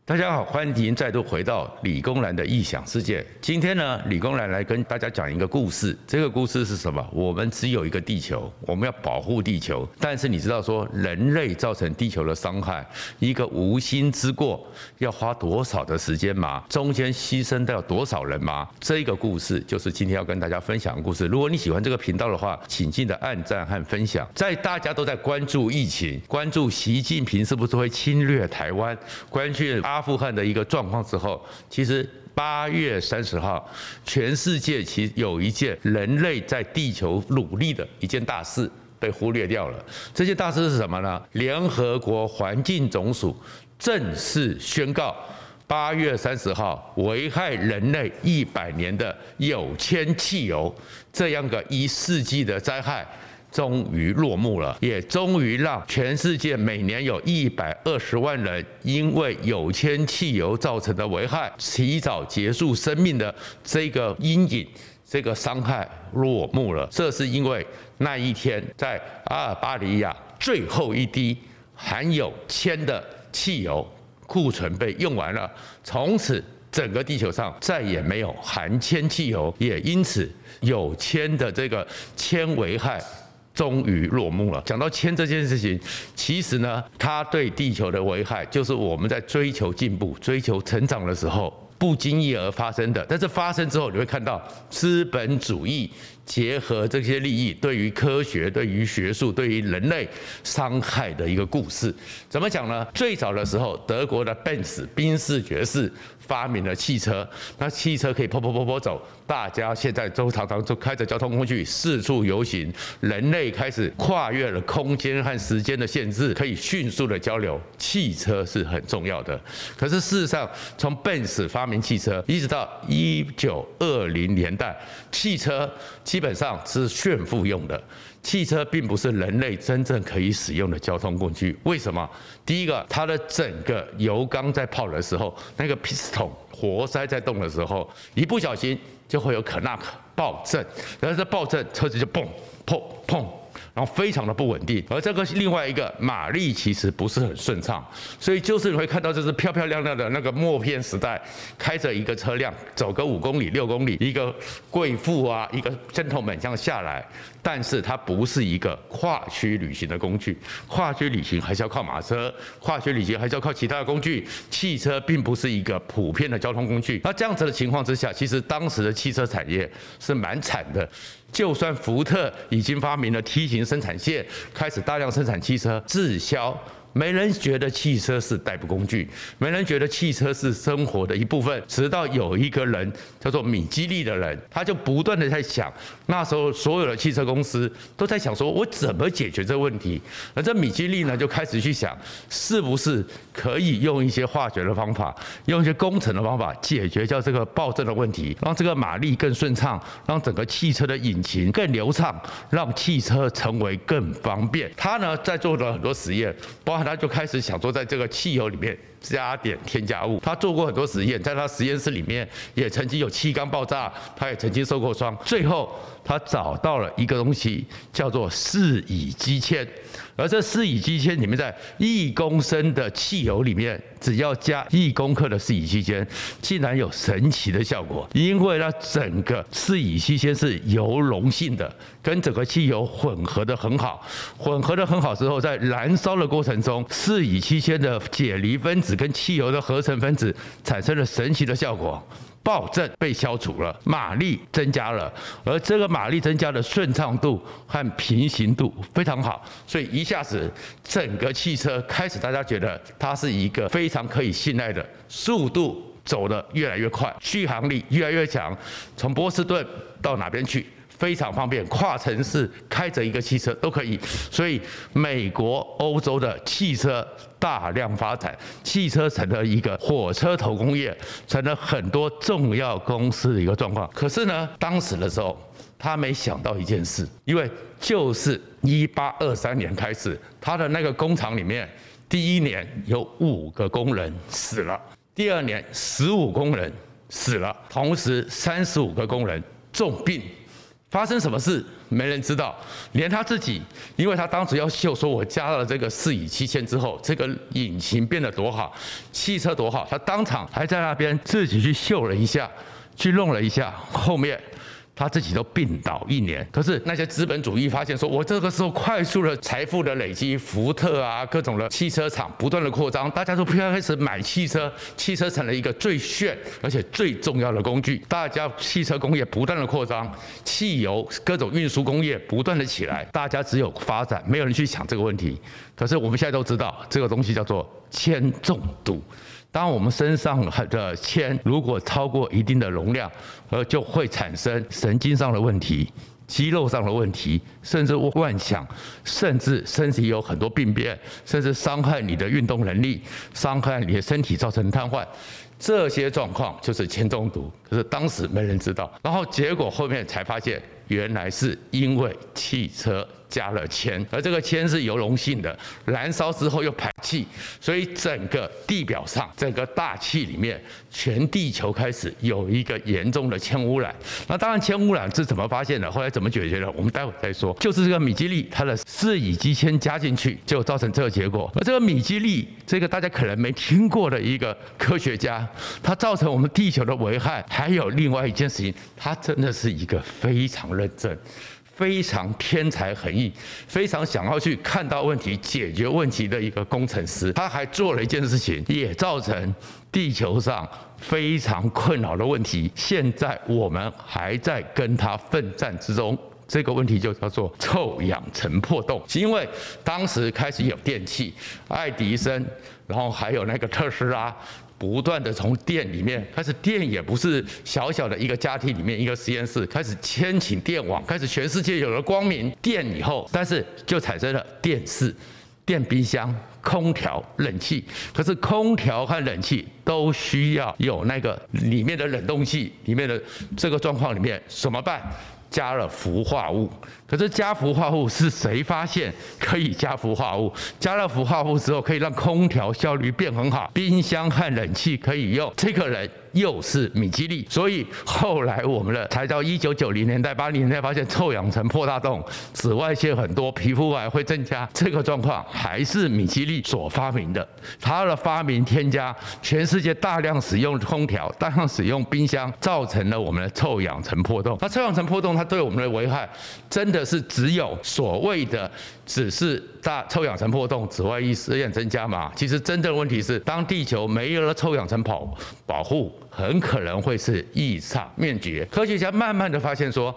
大家好，欢迎再度回到理工男的异想世界。今天呢，理工男来跟大家讲一个故事。这个故事是什么？我们只有一个地球，我们要保护地球。但是你知道说，人类造成地球的伤害，一个无心之过，要花多少的时间吗？中间牺牲掉多少人吗？这个故事就是今天要跟大家分享的故事。如果你喜欢这个频道的话，请记得按赞和分享。在大家都在关注疫情，关注习近平是不是会侵略台湾，关注阿富汗的一个状况之后，其实8月30号，全世界其实有一件人类在地球努力的一件大事被忽略掉了。这件大事是什么呢？联合国环境总署正式宣告，8月30号危害人类100年的有铅汽油这样个1世纪的灾害终于落幕了，也终于让全世界每年有120万人因为有铅汽油造成的危害，提早结束生命的这个阴影、这个伤害落幕了。这是因为那一天在阿尔巴尼亚最后一滴含有铅的汽油库存被用完了，从此整个地球上再也没有含铅汽油，也因此有铅的这个铅危害终于落幕了。讲到铅这件事情，其实呢，它对地球的危害，就是我们在追求进步、追求成长的时候，不经意而发生的。但是发生之后，你会看到资本主义结合这些利益，对于科学、对于学术、对于人类伤害的一个故事。怎么讲呢？最早的时候，德国的宾士爵士发明了汽车，那汽车可以跑走，大家现在都常常就开着交通工具四处游行，人类开始跨越了空间和时间的限制，可以迅速的交流。汽车是很重要的，可是事实上，从奔驰发明汽车一直到1920年代，汽车基本上是炫富用的。汽车并不是人类真正可以使用的交通工具。为什么？第一个，它的整个油缸在跑的时候，那个 piston 活塞在动的时候，一不小心就会有可纳克爆震，然后这爆震，车子就砰砰砰。然后非常的不稳定，而这个另外一个马力其实不是很顺畅，所以就是你会看到这是漂漂亮亮的那个默片时代，开着一个车辆走个5公里、6公里，一个贵妇啊，一个 gentleman 这样下来，但是它不是一个跨区旅行的工具，跨区旅行还是要靠马车，跨区旅行还是要靠其他的工具，汽车并不是一个普遍的交通工具。那这样子的情况之下，其实当时的汽车产业是蛮惨的。就算福特已经发明了梯形生产线，开始大量生产汽车，滞销。没人觉得汽车是代步工具，没人觉得汽车是生活的一部分。直到有一个人叫做米基利的人，他就不断的在想，那时候所有的汽车公司都在想说，我怎么解决这个问题？而这米基利呢，就开始去想，是不是可以用一些化学的方法，用一些工程的方法解决掉这个爆震的问题，让这个马力更顺畅，让整个汽车的引擎更流畅，让汽车成为更方便。他呢，在做了很多实验，包括他就开始想说，在这个汽油里面加点添加物。他做过很多实验，在他实验室里面也曾经有气缸爆炸，他也曾经受过伤。最后他找到了一个东西，叫做四乙基铅。而这四乙基铅里面，在1公升的汽油里面，只要加1公克的四乙基铅，竟然有神奇的效果。因为它整个四乙基铅是油溶性的，跟整个汽油混合的很好。混合的很好之后，在燃烧的过程中，四乙基铅的解离分子跟汽油的合成分子产生了神奇的效果。爆震被消除了，马力增加了，而这个马力增加的顺畅度和平行度非常好，所以一下子整个汽车开始大家觉得它是一个非常可以信赖的，速度走得越来越快，续航力越来越强，从波士顿到哪边去非常方便，跨城市开着一个汽车都可以。所以美国、欧洲的汽车大量发展，汽车成了一个火车头工业，成了很多重要公司的一个状况。可是呢，当时的时候，他没想到一件事，因为就是1823年开始，他的那个工厂里面，第一年有5个工人死了，第2年15工人死了，同时35个工人重病。 发生什么事没人知道，连他自己，因为他当时要秀说，我加了这个4乙7000之后，这个引擎变得多好，汽车多好，他当场还在那边自己去秀了一下，去弄了一下，后面他自己都病倒1年。可是那些资本主义发现说，我这个时候快速的财富的累积，福特啊，各种的汽车厂不断的扩张，大家都开始买汽车，汽车成了一个最炫而且最重要的工具。大家汽车工业不断的扩张，汽油各种运输工业不断的起来，大家只有发展，没有人去想这个问题。可是我们现在都知道，这个东西叫做铅中毒。当我们身上的铅如果超过一定的容量，就会产生神经上的问题、肌肉上的问题，甚至妄想，甚至身体有很多病变，甚至伤害你的运动能力，伤害你的身体，造成瘫痪。这些状况就是铅中毒，可是当时没人知道，然后结果后面才发现，原来是因为汽车加了铅，而这个铅是油溶性的，燃烧之后又排气，所以整个地表上、整个大气里面，全地球开始有一个严重的铅污染。那当然，铅污染是怎么发现的？后来怎么解决的？我们待会再说。就是这个米基利，它的4乙基铅加进去，就造成这个结果。而这个米基利，这个大家可能没听过的一个科学家，他造成我们地球的危害。还有另外一件事情，他真的是一个非常认真、非常天才横溢、非常想要去看到问题、解决问题的一个工程师。他还做了一件事情，也造成地球上非常困扰的问题。现在我们还在跟他奋战之中。这个问题就叫做臭氧层破洞，因为当时开始有电器，爱迪生，然后还有那个特斯拉。不断的从电里面开始，电也不是小小的一个家庭里面一个实验室，开始牵起电网，开始全世界有了光明电以后，但是就产生了电视、电冰箱、空调、冷气。可是空调和冷气都需要有那个里面的冷冻器，里面的这个状况里面怎么办？加了氟化物，可是加氟化物是谁发现可以加氟化物？加了氟化物之后，可以让空调效率变很好，冰箱和冷气可以用。这个人又是米基利，所以后来我们的才到1990年代、80年代发现臭氧层破大洞，紫外线很多，皮肤癌会增加。这个状况还是米基利所发明的。他的发明添加全世界大量使用空调、大量使用冰箱，造成了我们的臭氧层破洞。那臭氧层破洞它对我们的危害，真的是只有所谓的只是臭氧层破洞、紫外线增加吗？其实真正的问题是，当地球没有了臭氧层保护，很可能会是一场灭绝。科学家慢慢的发现说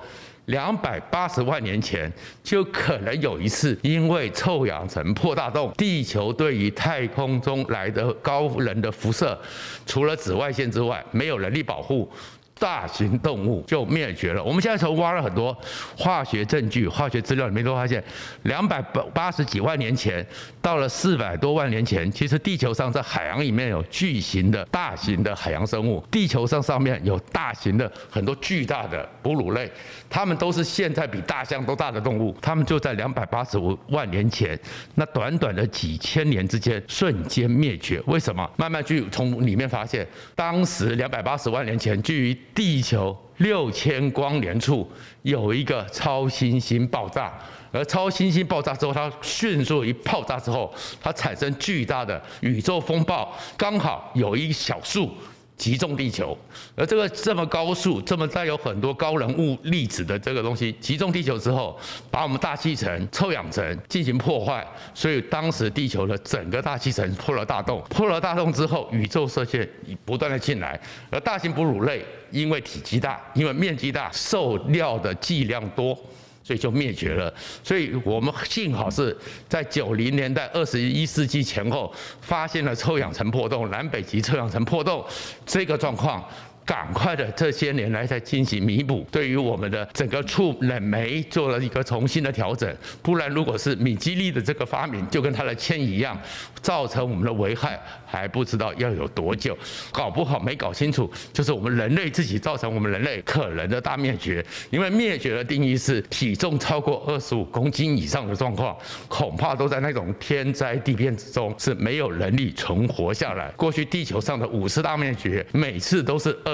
，280万年前就可能有一次，因为臭氧层破大洞，地球对于太空中来的高能的辐射，除了紫外线之外，没有能力保护。大型动物就灭绝了。我们现在挖了很多化学证据、化学资料里面都发现，280几万年前到了400多万年前，其实地球上在海洋里面有巨型的、大型的海洋生物。地球上面有大型的很多巨大的哺乳类，它们都是现在比大象都大的动物。它们就在285万年前，那短短的几千年之间瞬间灭绝。为什么？慢慢去从里面发现，当时280万年前距离地球6000光年处有一个超新星爆炸，而超新星爆炸之后，它迅速一爆炸之后，它产生巨大的宇宙风暴，刚好有一小束击中地球，而这么高速、这么带有很多高能粒子的这个东西击中地球之后，把我们大气层、臭氧层进行破坏，所以当时地球的整个大气层破了大洞。破了大洞之后，宇宙射线不断的进来，而大型哺乳类因为体积大、因为面积大、受料的剂量多，所以就灭绝了。所以我们幸好是在90年代21世纪前后发现了臭氧层破洞、南北极臭氧层破洞这个状况。赶快的这些年来在进行弥补，对于我们的整个冷媒做了一个重新的调整。不然，如果是米基利的这个发明，就跟它的铅一样，造成我们的危害还不知道要有多久，搞不好没搞清楚，就是我们人类自己造成我们人类可能的大灭绝。因为灭绝的定义是体重超过25公斤以上的状况，恐怕都在那种天灾地变之中是没有能力存活下来。过去地球上的50大灭绝，每次都是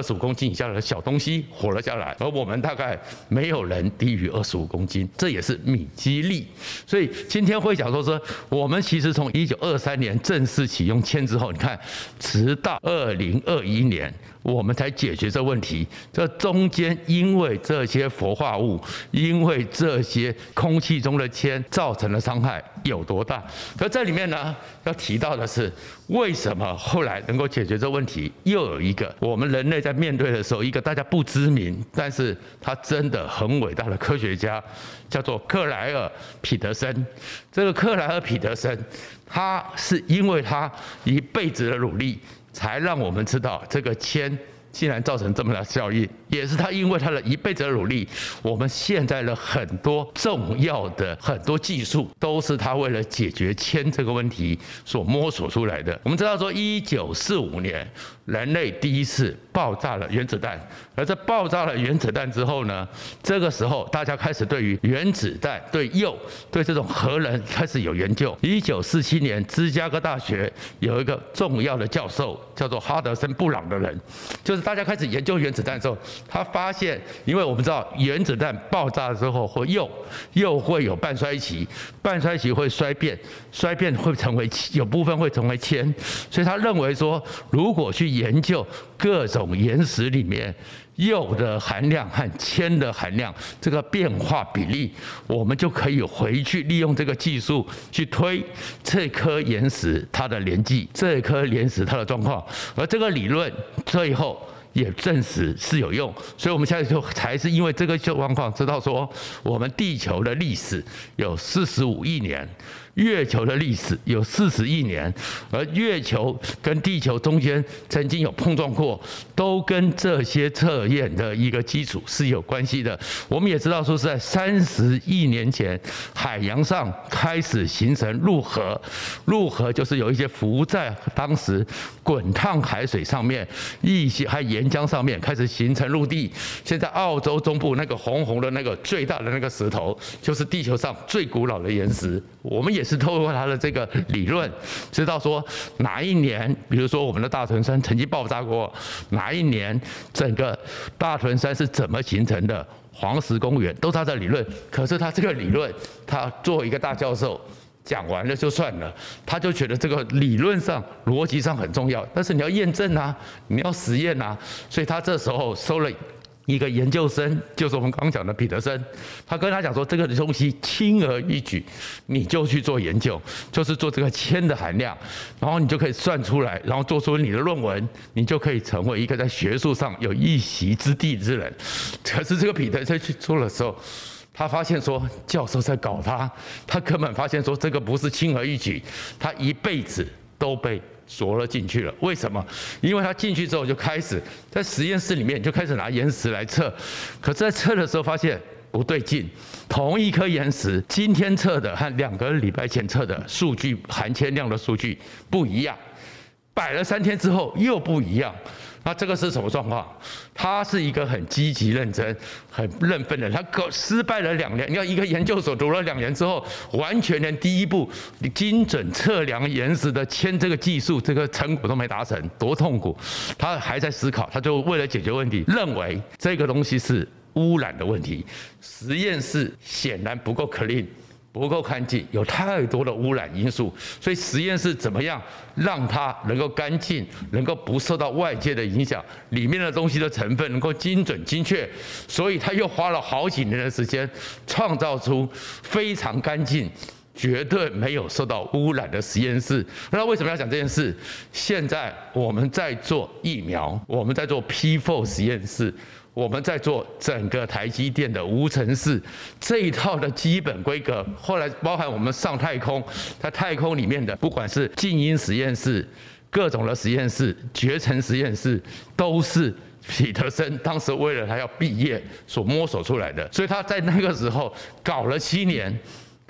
25公斤以下的小东西活了下来，而我们大概没有人低于25公斤，这也是米基力。所以今天会讲说，我们其实从1923年正式启用铅之后，你看，直到2021年。我们才解决这问题。这中间因为这些氟化物，因为这些空气中的铅造成的伤害有多大？可这里面呢，要提到的是，为什么后来能够解决这问题？又有一个我们人类在面对的时候，一个大家不知名，但是他真的很伟大的科学家，叫做克莱尔·彼得森。这个克莱尔·彼得森，他是因为他一辈子的努力。才让我们知道这个铅竟然造成这么大的效应，也是他因为他的一辈子的努力，我们现在的很多重要的很多技术都是他为了解决铅这个问题所摸索出来的。我们知道说，1945年人类第一次爆炸了原子弹，而在爆炸了原子弹之后呢，这个时候大家开始对于原子弹、对铀、对这种核能开始有研究。1947年，芝加哥大学有一个重要的教授叫做哈德森·布朗的人，就是大家开始研究原子弹的时候，他发现，因为我们知道原子弹爆炸之后或铀会有半衰期，半衰期会衰变，衰变会成为有部分会成为铅，所以他认为说，如果去研究各种岩石里面铀的含量和铅的含量这个变化比例，我们就可以回去利用这个技术去推这颗岩石它的年纪，这颗岩石它的状况，而这个理论最后也证实是有用，所以我们现在就才是因为这个状况知道说，我们地球的历史有45亿年。月球的历史有40亿年，而月球跟地球中间曾经有碰撞过，都跟这些测验的一个基础是有关系的。我们也知道说是在30亿年前，海洋上开始形成陆河，陆河就是有一些浮在当时滚烫海水上面，一些还岩浆上面开始形成陆地。现在澳洲中部那个红红的那个最大的那个石头，就是地球上最古老的岩石。我们也是透过它的这个理论，知道说哪一年，比如说我们的大屯山曾经爆炸过，哪一年整个大屯山是怎么形成的，黄石公园都是他的理论。可是他这个理论，他作为一个大教授讲完了就算了，他就觉得这个理论上、逻辑上很重要，但是你要验证啊，你要实验啊，所以他这时候收了一个研究生，就是我们刚刚讲的彼得森，他跟他讲说，这个东西轻而易举，你就去做研究，就是做这个铅的含量，然后你就可以算出来，然后做出你的论文，你就可以成为一个在学术上有一席之地之人。可是这个彼得森去做的时候，他发现说教授在搞他，他根本发现说这个不是轻而易举，他一辈子都被锁了进去了。为什么？因为他进去之后就开始在实验室里面就开始拿岩石来测，可是在测的时候发现不对劲，同一颗岩石今天测的和2个礼拜前测的数据含铅量的数据不一样，摆了3天之后又不一样。那这个是什么状况？他是一个很积极认真、很认份的人。他失败了2年，你看一个研究所读了2年之后，完全连第一步精准测量岩石的铅这个技术、这个成果都没达成，多痛苦！他还在思考，他就为了解决问题，认为这个东西是污染的问题，实验室显然不够 clean。不够干净，有太多的污染因素，所以实验室怎么样让它能够干净，能够不受到外界的影响，里面的东西的成分能够精准精确，所以他又花了好几年的时间，创造出非常干净、绝对没有受到污染的实验室。那为什么要讲这件事？现在我们在做疫苗，我们在做 P4 实验室。我们在做整个台积电的无尘室这一套的基本规格，后来包含我们上太空，在太空里面的不管是静音实验室、各种的实验室、绝尘实验室，都是彼得森当时为了他要毕业所摸索出来的。所以他在那个时候搞了7年。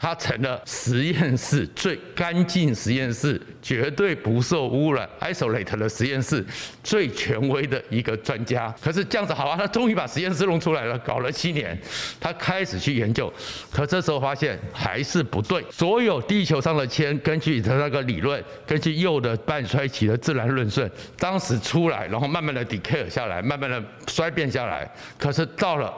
它成了实验室最干净实验室，绝对不受污染 isolate 的实验室最权威的一个专家。可是这样子好啊，他终于把实验室弄出来了，搞了7年，他开始去研究，可这时候发现还是不对。所有地球上的铅，根据他那个理论，根据铀的半衰期的自然论顺，当时出来，然后慢慢的 decay 下来，慢慢的衰变下来。可是到了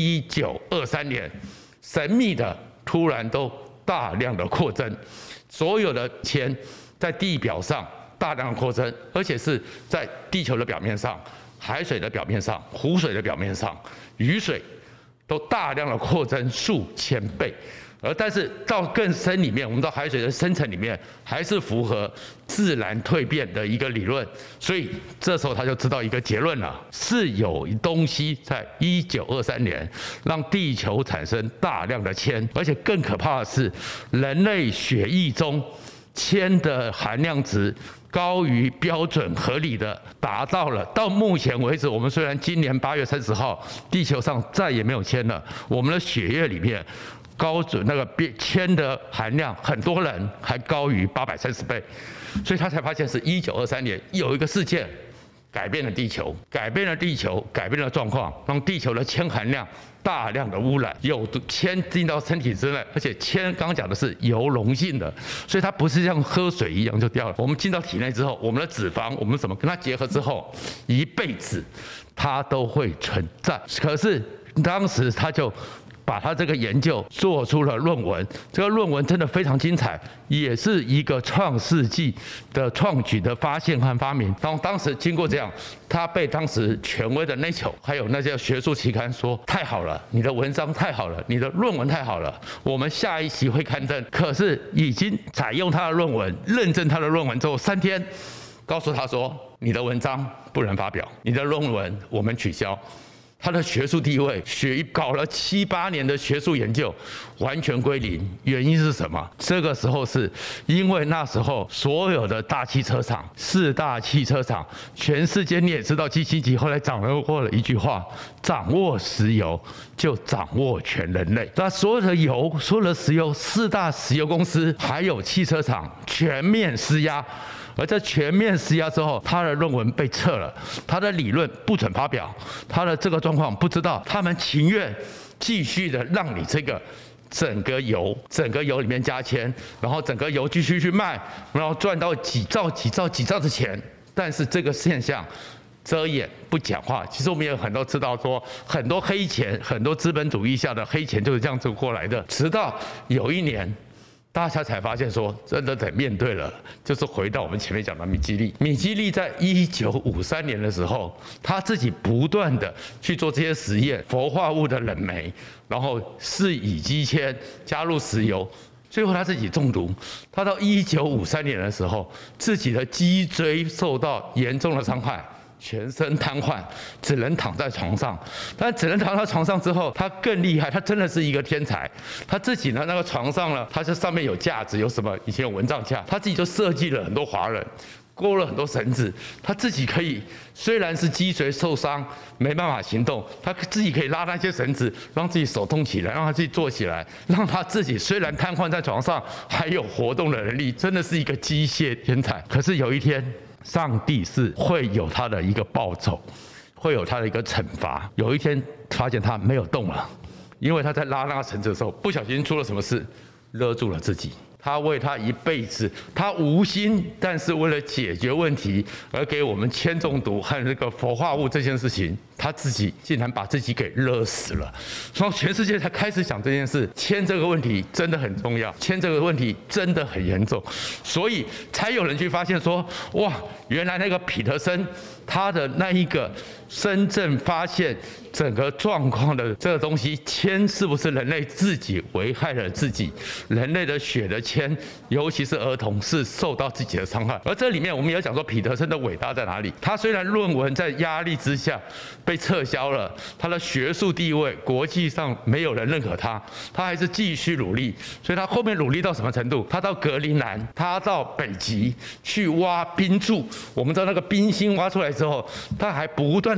1923年，神秘的突然都大量的扩增，所有的铅在地表上大量的扩增，而且是在地球的表面上、海水的表面上、湖水的表面上、雨水都大量的扩增数千倍。但是到更深里面，我们到海水的深层里面，还是符合自然蜕变的一个理论。所以这时候他就知道一个结论了：是有东西在1923年让地球产生大量的铅，而且更可怕的是，人类血液中铅的含量值高于标准合理的达到了。到目前为止，我们虽然今年8月30号，地球上再也没有铅了，我们的血液里面高准那个铅的含量，很多人还高于830倍，所以他才发现是1923年有一个事件改变了地球，改变了状况，让地球的铅含量大量的污染，有铅进到身体之内，而且铅刚刚讲的是油溶性的，所以它不是像喝水一样就掉了。我们进到体内之后，我们的脂肪，我们怎么跟它结合之后，一辈子它都会存在。可是当时他就把他这个研究做出了论文，这个论文真的非常精彩，也是一个创世纪的创举的发现和发明。然后当时经过这样，他被当时权威的 Nature 还有那些学术期刊说太好了，你的文章太好了，你的论文太好了，我们下一期会刊登。可是已经采用他的论文，认证他的论文之后3天，告诉他说你的文章不能发表，你的论文我们取消。他的学术地位，搞了7、8年的学术研究，完全归零。原因是什么？这个时候是因为那时候所有的大汽车厂，4大汽车厂，全世界你也知道，G7集后来掌握了一句话：掌握石油就掌握全人类。那所有的油，所有的石油，4大石油公司还有汽车厂全面施压。而在全面施压之后，他的论文被撤了，他的理论不准发表，他的这个状况不知道，他们情愿继续的让你这个整个油里面加铅，然后整个油继续去卖，然后赚到几兆的钱，但是这个现象遮掩不讲话。其实我们也很多知道说，很多黑钱，很多资本主义下的黑钱就是这样子过来的。直到有一年，大家才发现说，真的得面对了，就是回到我们前面讲的米基利。米基利在1953年的时候，他自己不断的去做这些实验，氟化物的冷媒，然后是乙基铅加入石油，最后他自己中毒。他到1953年的时候，自己的脊椎受到严重的伤害，全身瘫痪，只能躺在床上。但只能躺在床上之后，他更厉害，他真的是一个天才。他自己呢，那个床上呢，他这上面有架子，有什么？以前有蚊帐架，他自己就设计了很多滑轮，勾了很多绳子，他自己可以，虽然是脊髓受伤，没办法行动，他自己可以拉那些绳子，让自己手动起来，让他自己坐起来，让他自己虽然瘫痪在床上，还有活动的能力，真的是一个机械天才。可是有一天，上帝是会有他的一个报酬，会有他的一个惩罚。有一天发现他没有动了，因为他在拉那个绳子的时候，不小心出了什么事，勒住了自己。他为他一辈子，他无心，但是为了解决问题而给我们铅中毒和那个氟化物这件事情，他自己竟然把自己给勒死了。然后全世界才开始想这件事，铅这个问题真的很重要，铅这个问题真的很严重，所以才有人去发现说，哇，原来那个彼得森他的那一个真正发现整个状况的这个东西，铅是不是人类自己危害了自己？人类的血的铅，尤其是儿童，是受到自己的伤害。而这里面我们也讲说，彼得森的伟大在哪里？他虽然论文在压力之下被撤销了，他的学术地位国际上没有人认可他，他还是继续努力。所以他后面努力到什么程度？他到格陵兰，他到北极去挖冰柱。我们知道那个冰芯挖出来之后，他还不断的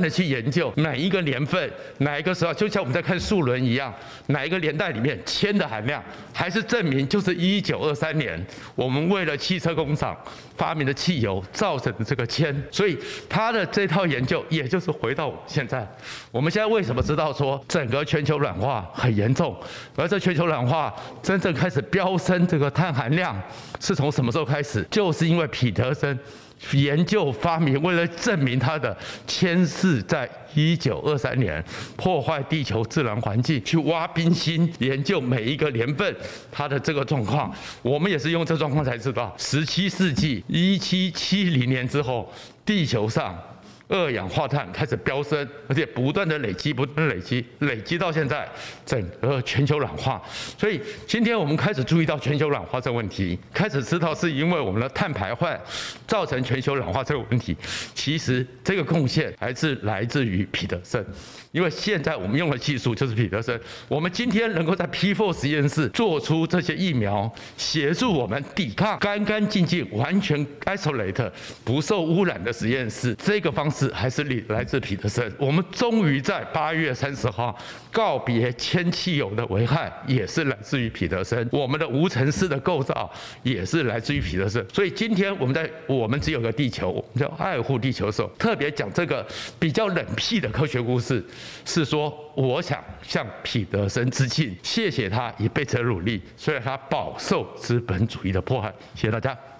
的去研究哪一个年份、哪一个时候，就像我们在看数轮一样，哪一个年代里面铅的含量，还是证明就是1923年我们为了汽车工厂发明的汽油造成的这个铅。所以他的这套研究，也就是回到现在，我们现在为什么知道说整个全球暖化很严重，而这全球暖化真正开始飙升这个碳含量是从什么时候开始？就是因为彼得森研究发明，为了证明它的铅是在1923年破坏地球自然环境，去挖冰芯，研究每一个年份它的这个状况。我们也是用这状况才知道，17世纪1770年之后，地球上二氧化碳开始飙升，而且不断的累积，累积到现在整个全球暖化。所以今天我们开始注意到全球暖化这个问题，开始知道是因为我们的碳排放造成全球暖化这个问题。其实这个贡献还是来自于彼得森，因为现在我们用的技术就是彼得森。我们今天能够在 P4 实验室做出这些疫苗，协助我们抵抗干干净净、完全 isolate 不受污染的实验室，这个方式还是来自彼得森。我们终于在8月30号告别铅汽油的危害，也是来自于彼得森。我们的无尘室的构造也是来自于彼得森。所以今天我们只有个地球，我们叫爱护地球的时候，特别讲这个比较冷僻的科学故事，是说我想向彼得森致敬，谢谢他一辈子的努力，虽然他饱受资本主义的迫害。谢谢大家。